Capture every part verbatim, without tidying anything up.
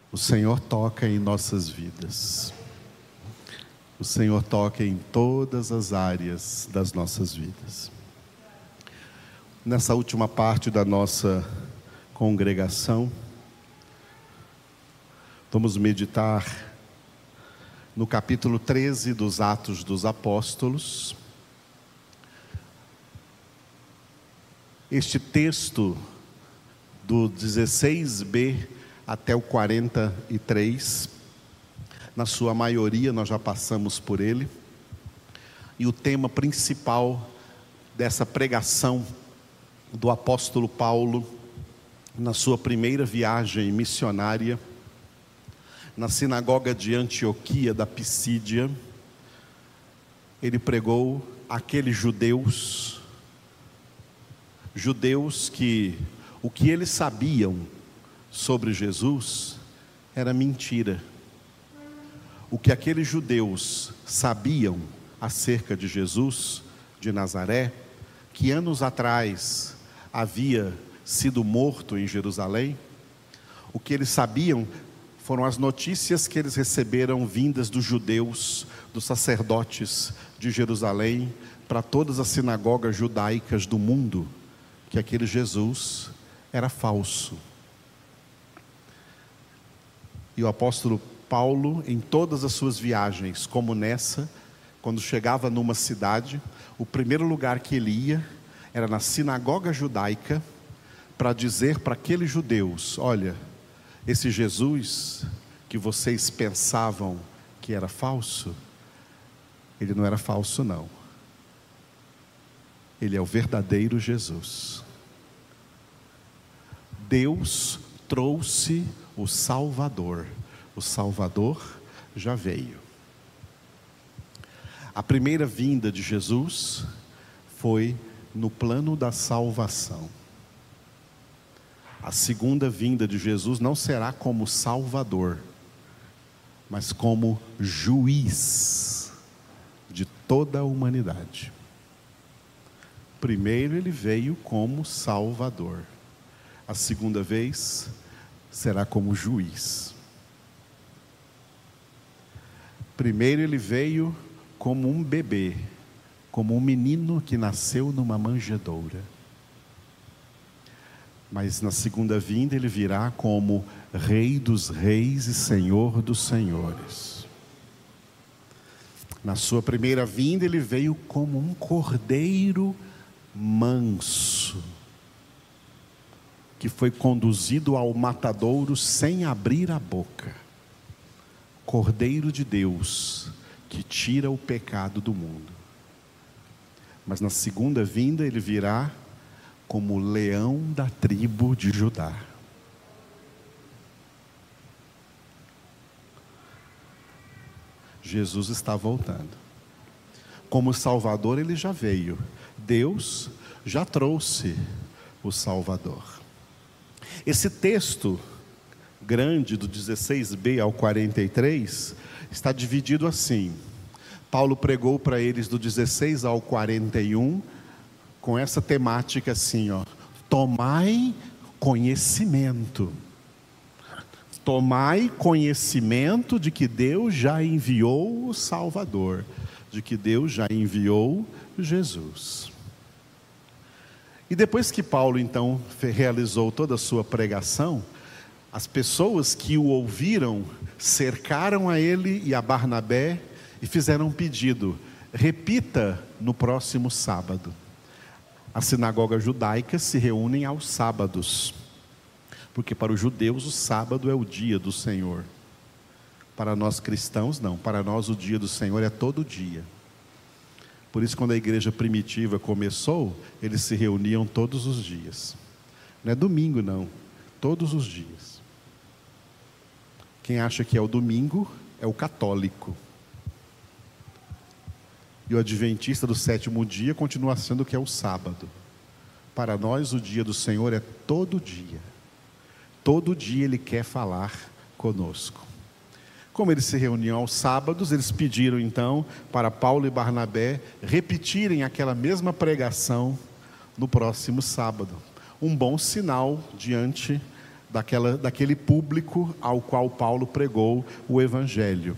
O Senhor toca em nossas vidas. O Senhor toca em todas as áreas das nossas vidas. Nessa última parte da nossa congregação, vamos meditar no capítulo treze dos Atos dos Apóstolos. Este texto do dezesseis b até o quarenta e três, na sua maioria nós já passamos por ele, e o tema principal dessa pregação do apóstolo Paulo, na sua primeira viagem missionária, na sinagoga de Antioquia da Pisídia, ele pregou àqueles judeus, judeus que o que eles sabiam sobre Jesus era mentira. O que aqueles judeus sabiam acerca de Jesus de Nazaré, que anos atrás havia sido morto em Jerusalém, o que eles sabiam foram as notícias que eles receberam vindas dos judeus, dos sacerdotes de Jerusalém, para todas as sinagogas judaicas do mundo, que aquele Jesus era falso. E o apóstolo Paulo, em todas as suas viagens, como nessa, quando chegava numa cidade, o primeiro lugar que ele ia era na sinagoga judaica, para dizer para aqueles judeus: olha, esse Jesus que vocês pensavam que era falso, ele não era falso não. Ele é o verdadeiro Jesus. Deus trouxe o Salvador. O Salvador já veio. A primeira vinda de Jesus foi no plano da salvação. A segunda vinda de Jesus não será como Salvador, mas como juiz de toda a humanidade. Primeiro ele veio como Salvador. A segunda vez será como juiz. Primeiro ele veio como um bebê, como um menino que nasceu numa manjedoura. Mas na segunda vinda ele virá como Rei dos Reis e Senhor dos Senhores. Na sua primeira vinda ele veio como um cordeiro manso, que foi conduzido ao matadouro sem abrir a boca. Cordeiro de Deus, que tira o pecado do mundo. Mas na segunda vinda ele virá como leão da tribo de Judá. Jesus está voltando. Como Salvador ele já veio. Deus já trouxe o Salvador. Esse texto grande do dezesseis b ao quarenta e três está dividido assim. Paulo pregou para eles do dezesseis ao quarenta e um com essa temática assim, ó: tomai conhecimento. Tomai conhecimento de que Deus já enviou o Salvador, de que Deus já enviou Jesus. E depois que Paulo então realizou toda a sua pregação, as pessoas que o ouviram cercaram a ele e a Barnabé e fizeram um pedido: repita no próximo sábado. As sinagogas judaicas se reúnem aos sábados, porque para os judeus o sábado é o dia do Senhor. Para nós cristãos não, para nós o dia do Senhor é todo dia. Por isso, quando a igreja primitiva começou, eles se reuniam todos os dias. Não é domingo não, todos os dias. Quem acha que é o domingo é o católico. E o adventista do sétimo dia continua sendo que é o sábado. Para nós o dia do Senhor é todo dia. Todo dia Ele quer falar conosco. Como eles se reuniam aos sábados, eles pediram então para Paulo e Barnabé repetirem aquela mesma pregação no próximo sábado. Um bom sinal diante daquela, daquele público ao qual Paulo pregou o Evangelho.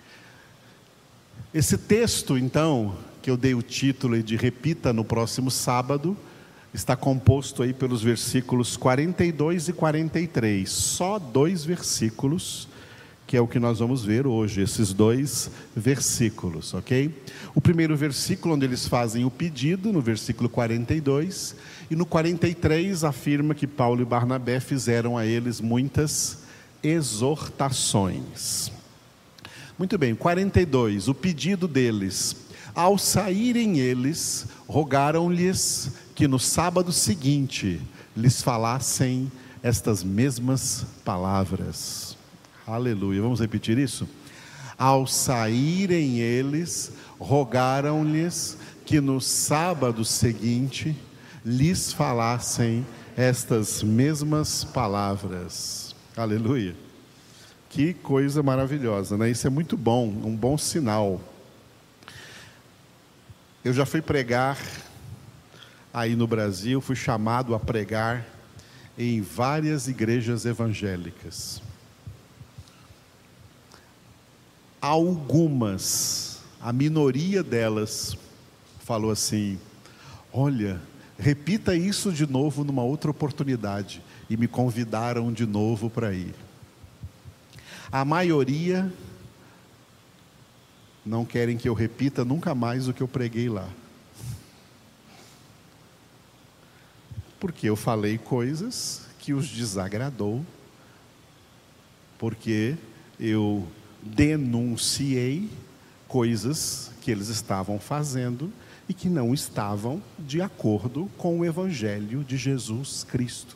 Esse texto, então, que eu dei o título de repita no próximo sábado, está composto aí pelos versículos quarenta e dois e quarenta e três, só dois versículos, que é o que nós vamos ver hoje, esses dois versículos, ok? O primeiro versículo, onde eles fazem o pedido, no versículo quarenta e dois, e no quarenta e três afirma que Paulo e Barnabé fizeram a eles muitas exortações. Muito bem, quarenta e dois, o pedido deles: ao saírem eles, rogaram-lhes que no sábado seguinte lhes falassem estas mesmas palavras. Aleluia, vamos repetir isso? Ao saírem eles, rogaram-lhes que no sábado seguinte lhes falassem estas mesmas palavras. Aleluia. Que coisa maravilhosa, né? Isso é muito bom, um bom sinal. Eu já fui pregar aí no Brasil, fui chamado a pregar em várias igrejas evangélicas. Algumas, a minoria delas, falou assim: olha, repita isso de novo numa outra oportunidade, e me convidaram de novo para ir. A maioria não querem que eu repita nunca mais o que eu preguei lá, porque eu falei coisas que os desagradou, porque eu denunciei coisas que eles estavam fazendo e que não estavam de acordo com o Evangelho de Jesus Cristo.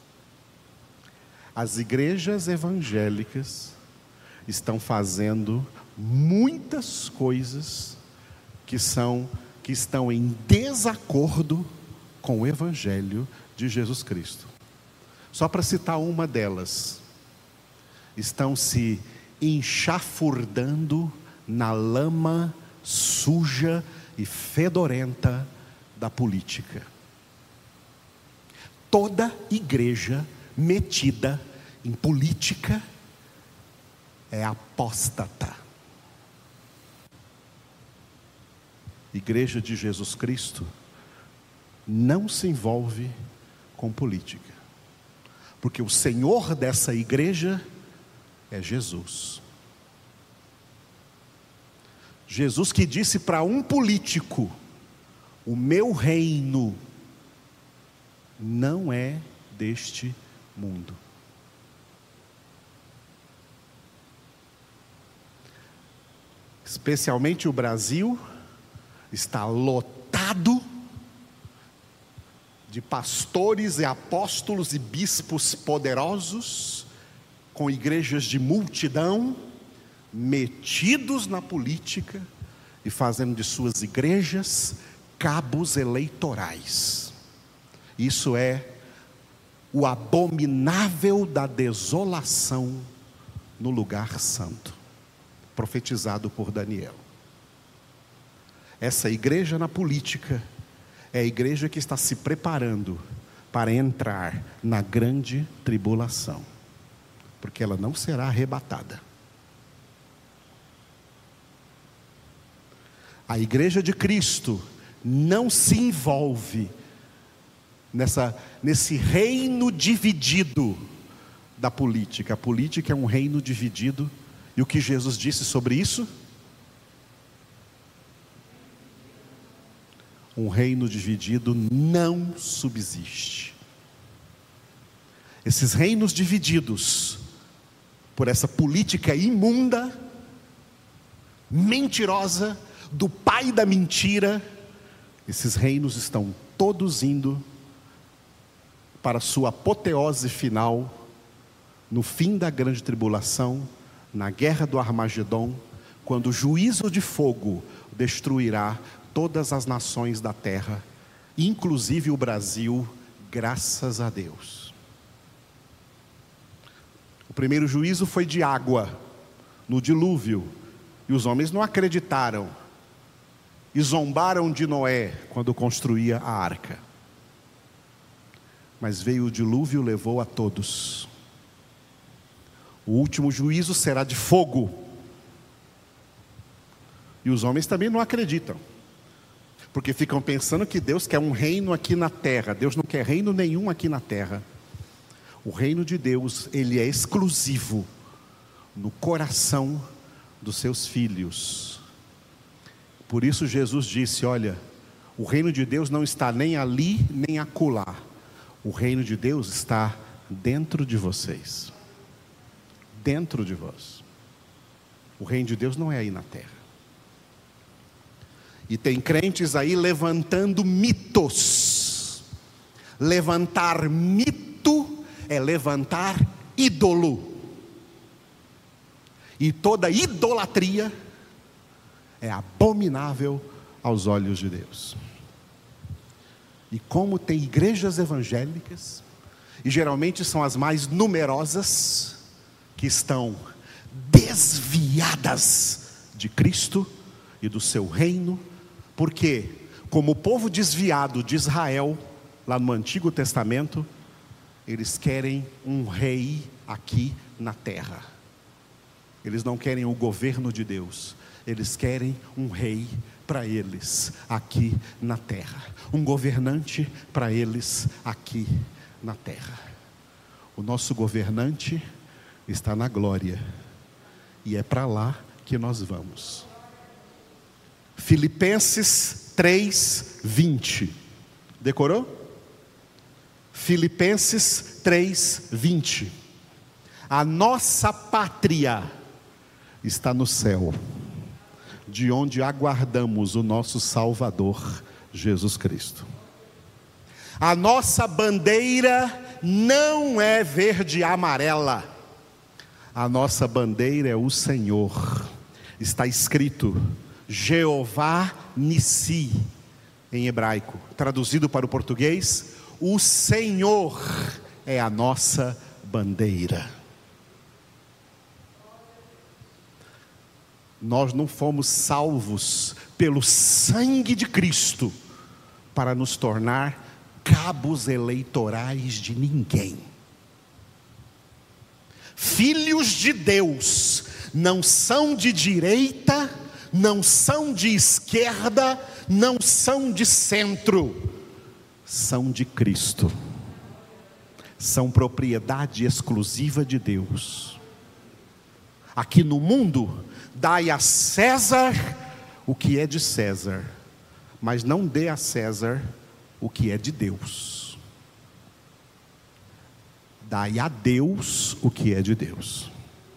As igrejas evangélicas estão fazendo muitas coisas que são, que estão em desacordo com o Evangelho de Jesus Cristo. Só para citar uma delas: estão se enxafurdando na lama suja e fedorenta da política. Toda igreja metida em política é apóstata. Igreja de Jesus Cristo não se envolve com política, porque o Senhor dessa igreja é Jesus. Jesus que disse para um político: o meu reino não é deste mundo. Especialmente o Brasil está lotado de pastores e apóstolos e bispos poderosos, com igrejas de multidão, metidos na política e fazendo de suas igrejas cabos eleitorais. Isso é o abominável da desolação no lugar santo, profetizado por Daniel. Essa igreja na política é a igreja que está se preparando para entrar na grande tribulação, porque ela não será arrebatada. A igreja de Cristo não se envolve nessa, nesse reino dividido da política. A política é um reino dividido, e o que Jesus disse sobre isso? Um reino dividido não subsiste. Esses reinos divididos por essa política imunda, mentirosa, do pai da mentira, esses reinos estão todos indo para sua apoteose final, no fim da grande tribulação, na guerra do Armagedon, quando o juízo de fogo destruirá todas as nações da terra, inclusive o Brasil, graças a Deus. O primeiro juízo foi de água, no dilúvio, e os homens não acreditaram, e zombaram de Noé quando construía a arca. Mas veio o dilúvio e levou a todos. O último juízo será de fogo. E os homens também não acreditam, porque ficam pensando que Deus quer um reino aqui na terra. Deus não quer reino nenhum aqui na terra. O reino de Deus, ele é exclusivo no coração dos seus filhos. Por isso Jesus disse: olha, o reino de Deus não está nem ali, nem acolá. O reino de Deus está dentro de vocês. Dentro de vós. O reino de Deus não é aí na terra. E tem crentes aí levantando mitos. Levantar mito é levantar ídolo. E toda idolatria é abominável aos olhos de Deus. E como tem igrejas evangélicas, e geralmente são as mais numerosas, que estão desviadas de Cristo e do seu reino, porque, como o povo desviado de Israel, lá no Antigo Testamento, eles querem um rei aqui na terra. Eles não querem o governo de Deus, eles querem um rei para eles aqui na terra, um governante para eles aqui na terra. O nosso governante está na glória, e é para lá que nós vamos. Filipenses três, vinte. Decorou? Filipenses três, vinte. A nossa pátria está no céu, de onde aguardamos o nosso Salvador, Jesus Cristo. A nossa bandeira não é verde e amarela. A nossa bandeira é o Senhor. Está escrito Jeová Nissi em hebraico, traduzido para o português, o Senhor é a nossa bandeira. Nós não fomos salvos pelo sangue de Cristo para nos tornar cabos eleitorais de ninguém. Filhos de Deus não são de direita, não são de esquerda, não são de centro, são de Cristo, são propriedade exclusiva de Deus. Aqui no mundo, dai a César o que é de César, mas não dê a César o que é de Deus. Dai a Deus o que é de Deus.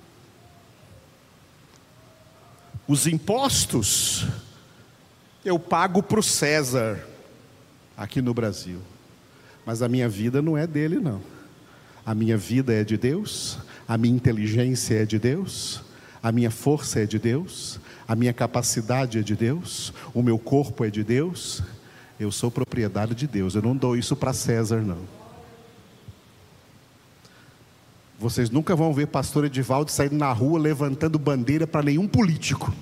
Os impostos eu pago para o César aqui no Brasil, mas a minha vida não é dele não. A minha vida é de Deus, a minha inteligência é de Deus, a minha força é de Deus, a minha capacidade é de Deus, o meu corpo é de Deus. Eu sou propriedade de Deus, eu não dou isso para César não. Vocês nunca vão ver pastor Edivaldo saindo na rua levantando bandeira para nenhum político.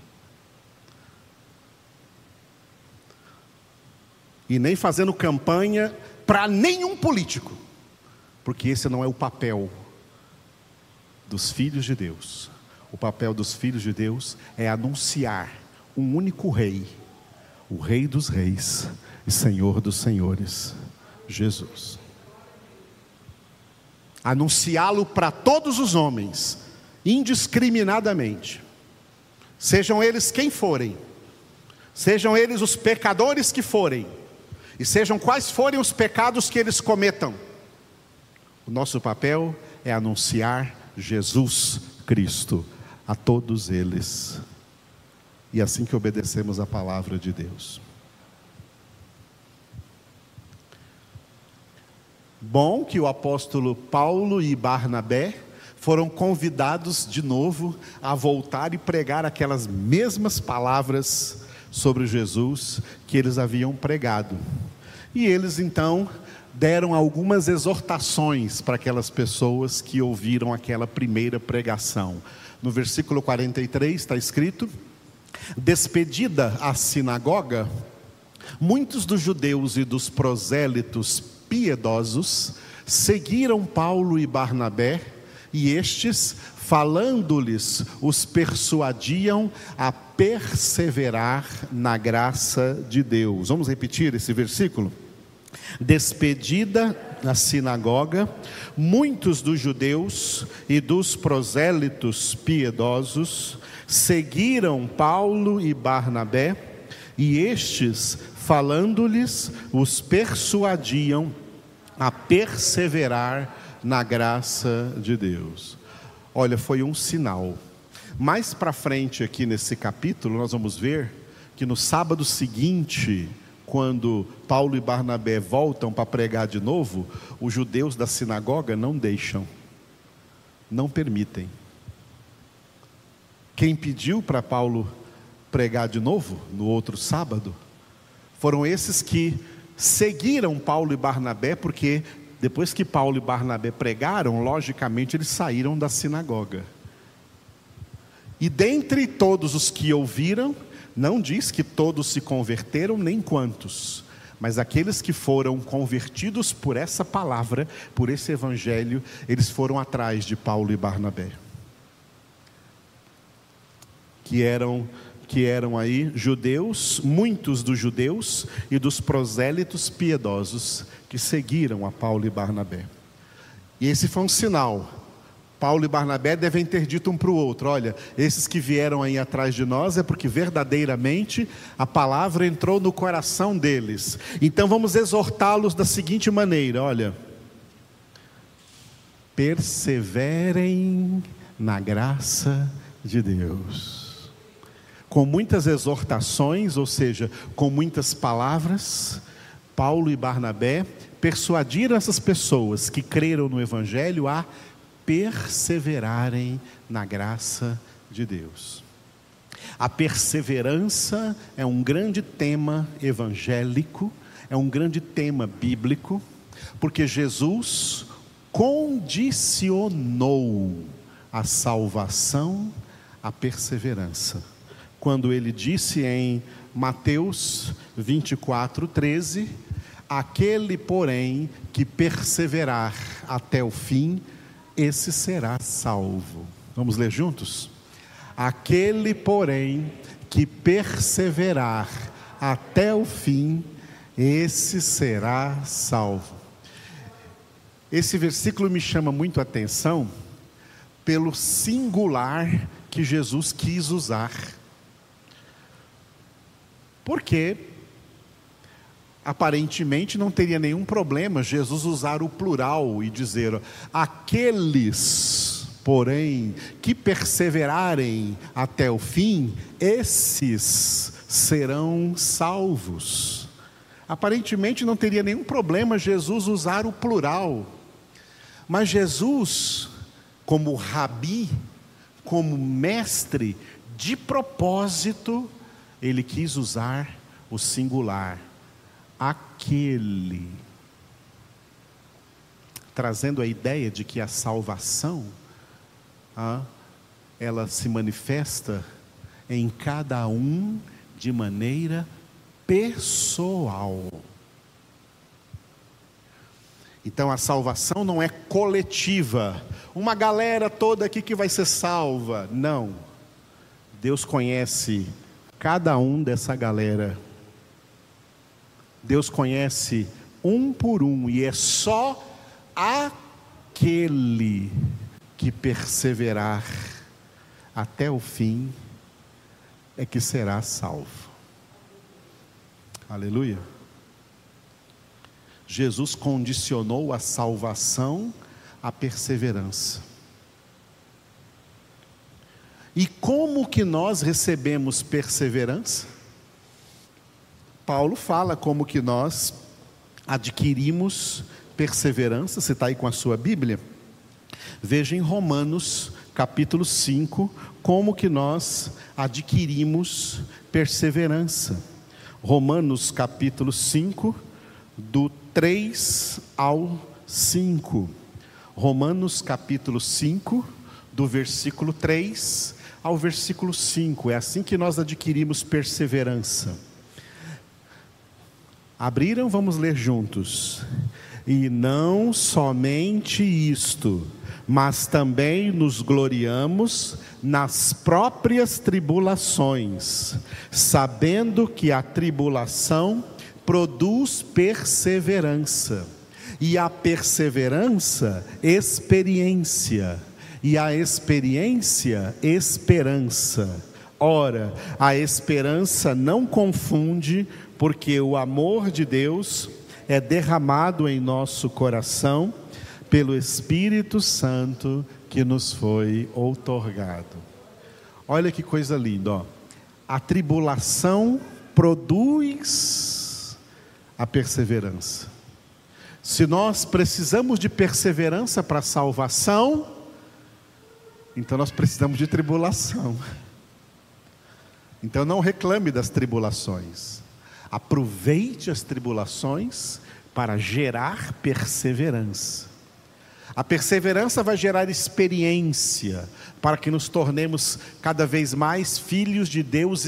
E nem fazendo campanha para nenhum político. Porque esse não é o papel dos filhos de Deus. O papel dos filhos de Deus é anunciar um único rei, o Rei dos Reis e Senhor dos Senhores, Jesus. Anunciá-lo para todos os homens, indiscriminadamente, sejam eles quem forem, sejam eles os pecadores que forem, e sejam quais forem os pecados que eles cometam. O nosso papel é anunciar Jesus Cristo a todos eles, e assim que obedecemos a palavra de Deus. Bom que o apóstolo Paulo e Barnabé foram convidados de novo a voltar e pregar aquelas mesmas palavras sobre Jesus que eles haviam pregado. E eles então deram algumas exortações para aquelas pessoas que ouviram aquela primeira pregação. No versículo quarenta e três está escrito: despedida a sinagoga, muitos dos judeus e dos prosélitos piedosos seguiram Paulo e Barnabé E estes, falando-lhes, os persuadiam a perseverar na graça de Deus. Vamos repetir esse versículo? Despedida a sinagoga, muitos dos judeus e dos prosélitos piedosos seguiram Paulo e Barnabé, e estes, falando-lhes, os persuadiam a perseverar na graça de Deus. Olha, foi um sinal. Mais para frente aqui nesse capítulo, nós vamos ver que no sábado seguinte, quando Paulo e Barnabé voltam para pregar de novo, os judeus da sinagoga não deixam, não permitem. Quem pediu para Paulo pregar de novo, no outro sábado, foram esses que seguiram Paulo e Barnabé, porque depois que Paulo e Barnabé pregaram, logicamente eles saíram da sinagoga. E dentre todos os que ouviram, não diz que todos se converteram, nem quantos, mas aqueles que foram convertidos por essa palavra, por esse evangelho, eles foram atrás de Paulo e Barnabé, que eram, que eram aí judeus, muitos dos judeus e dos prosélitos piedosos, que seguiram a Paulo e Barnabé. E esse foi um sinal. Paulo e Barnabé devem ter dito um para o outro: olha, esses que vieram aí atrás de nós é porque verdadeiramente a palavra entrou no coração deles. Então vamos exortá-los da seguinte maneira: olha, perseverem na graça de Deus. Com muitas exortações, ou seja, com muitas palavras, Paulo e Barnabé persuadiram essas pessoas que creram no evangelho a perseverarem na graça de Deus. A perseverança é um grande tema evangélico, é um grande tema bíblico, porque Jesus condicionou a salvação à perseverança. Quando ele disse em Mateus vinte e quatro, treze, aquele porém que perseverar até o fim, esse será salvo. Vamos ler juntos? Aquele porém que perseverar até o fim, esse será salvo. Esse versículo me chama muito a atenção pelo singular que Jesus quis usar. Porque aparentemente não teria nenhum problema Jesus usar o plural e dizer: aqueles, porém, que perseverarem até o fim, esses serão salvos. Aparentemente não teria nenhum problema Jesus usar o plural. Mas Jesus, como rabi, como mestre, de propósito, ele quis usar o singular, aquele, trazendo a ideia de que a salvação, ah, ela se manifesta em cada um de maneira pessoal. Então a salvação não é coletiva, uma galera toda aqui que vai ser salva. Não, Deus conhece cada um dessa galera. Deus conhece um por um, e é só aquele que perseverar até o fim é que será salvo. Aleluia. Jesus condicionou a salvação à perseverança. E como que nós recebemos perseverança? Paulo fala como que nós adquirimos perseverança. Você está aí com a sua Bíblia? Veja em Romanos capítulo cinco, como que nós adquirimos perseverança. Romanos capítulo cinco, do três ao cinco. Romanos capítulo cinco, do versículo três ao versículo cinco. É assim que nós adquirimos perseverança. Abriram? Vamos ler juntos. E não somente isto, mas também nos gloriamos nas próprias tribulações, sabendo que a tribulação produz perseverança, e a perseverança, experiência, e a experiência, esperança. Ora, a esperança não confunde, porque o amor de Deus é derramado em nosso coração pelo Espírito Santo que nos foi outorgado. Olha que coisa linda, ó. A tribulação produz a perseverança. Se nós precisamos de perseverança para a salvação, então nós precisamos de tribulação. Então não reclame das tribulações. Aproveite as tribulações para gerar perseverança. A perseverança vai gerar experiência, para que nos tornemos cada vez mais filhos de Deus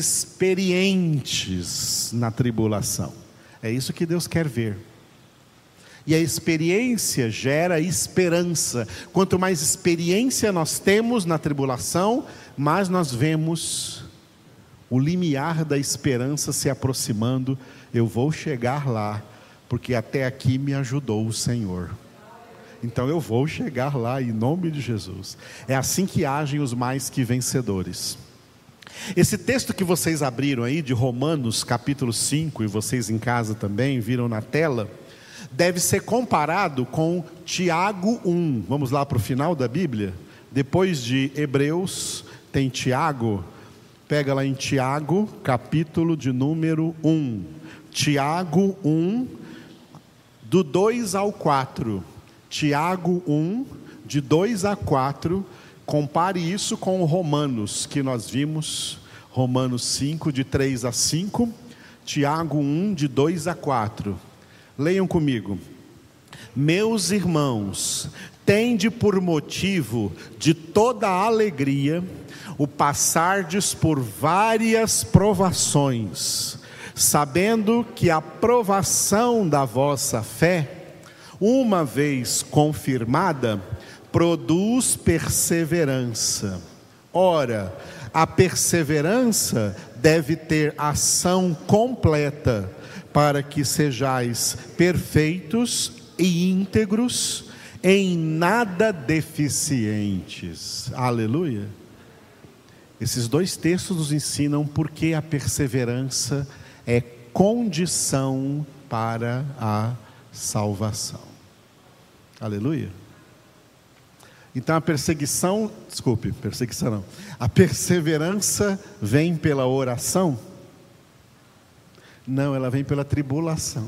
experientes na tribulação. É isso que Deus quer ver. E a experiência gera esperança. Quanto mais experiência nós temos na tribulação, mais nós vemos o limiar da esperança se aproximando. Eu vou chegar lá, porque até aqui me ajudou o Senhor. Então eu vou chegar lá em nome de Jesus. É assim que agem os mais que vencedores. Esse texto que vocês abriram aí, de Romanos capítulo cinco, e vocês em casa também viram na tela, deve ser comparado com Tiago um. Vamos lá para o final da Bíblia? Depois de Hebreus, tem Tiago. Pega lá em Tiago, capítulo de número um. Tiago um, do dois ao quatro. Tiago um, de dois a quatro. Compare isso com Romanos, que nós vimos. Romanos cinco, de três a cinco. Tiago um, de dois a quatro. Leiam comigo. Meus irmãos, tende por motivo de toda alegria o passardes por várias provações, sabendo que a provação da vossa fé, uma vez confirmada, produz perseverança. Ora, a perseverança deve ter ação completa, para que sejais perfeitos e íntegros, em nada deficientes. Aleluia. Esses dois textos nos ensinam porque a perseverança é condição para a salvação. Aleluia. Então a perseguição, desculpe, perseguição não. A perseverança vem pela oração? Não, ela vem pela tribulação.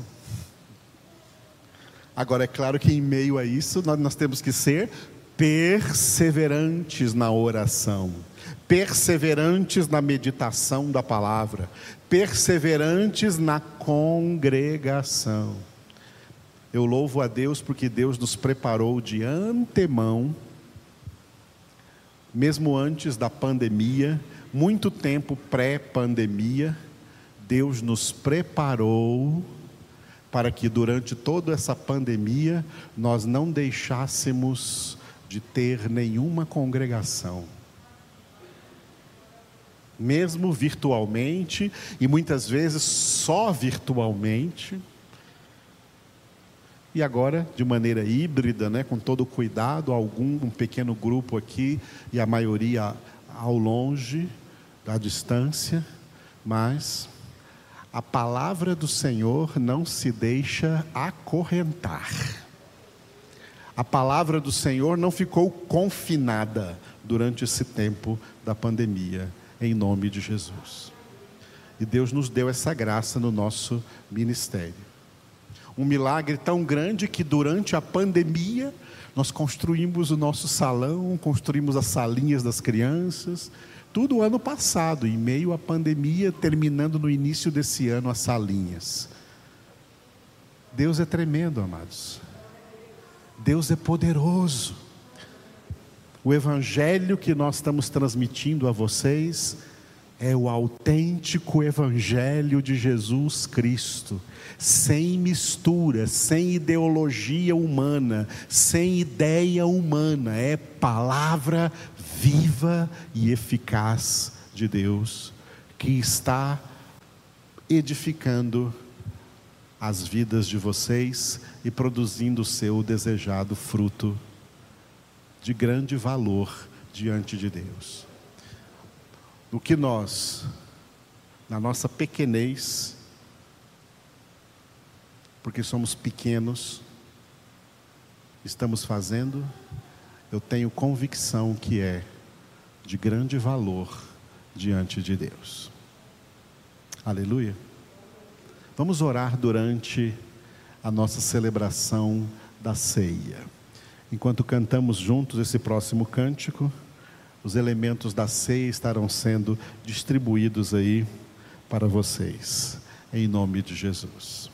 Agora é claro que em meio a isso nós, nós temos que ser perseverantes na oração, perseverantes na meditação da palavra, perseverantes na congregação. Eu louvo a Deus porque Deus nos preparou de antemão, mesmo antes da pandemia, muito tempo pré-pandemia, Deus nos preparou para que durante toda essa pandemia nós não deixássemos de ter nenhuma congregação. Mesmo virtualmente, e muitas vezes só virtualmente, e agora de maneira híbrida, né, com todo cuidado, algum um pequeno grupo aqui e a maioria ao longe, à distância, mas a palavra do Senhor não se deixa acorrentar. A palavra do Senhor não ficou confinada durante esse tempo da pandemia, em nome de Jesus. E Deus nos deu essa graça no nosso ministério. Um milagre tão grande que durante a pandemia nós construímos o nosso salão, construímos as salinhas das crianças, tudo ano passado, em meio à pandemia, terminando no início desse ano as salinhas. Deus é tremendo, amados. Deus é poderoso. O evangelho que nós estamos transmitindo a vocês é o autêntico Evangelho de Jesus Cristo, sem mistura, sem ideologia humana, sem ideia humana, é palavra viva e eficaz de Deus, que está edificando as vidas de vocês e produzindo o seu desejado fruto de grande valor diante de Deus. O que nós, na nossa pequenez, porque somos pequenos, estamos fazendo, eu tenho convicção que é de grande valor diante de Deus. Aleluia. Vamos orar durante a nossa celebração da ceia. Enquanto cantamos juntos esse próximo cântico, os elementos da ceia estarão sendo distribuídos aí para vocês, em nome de Jesus.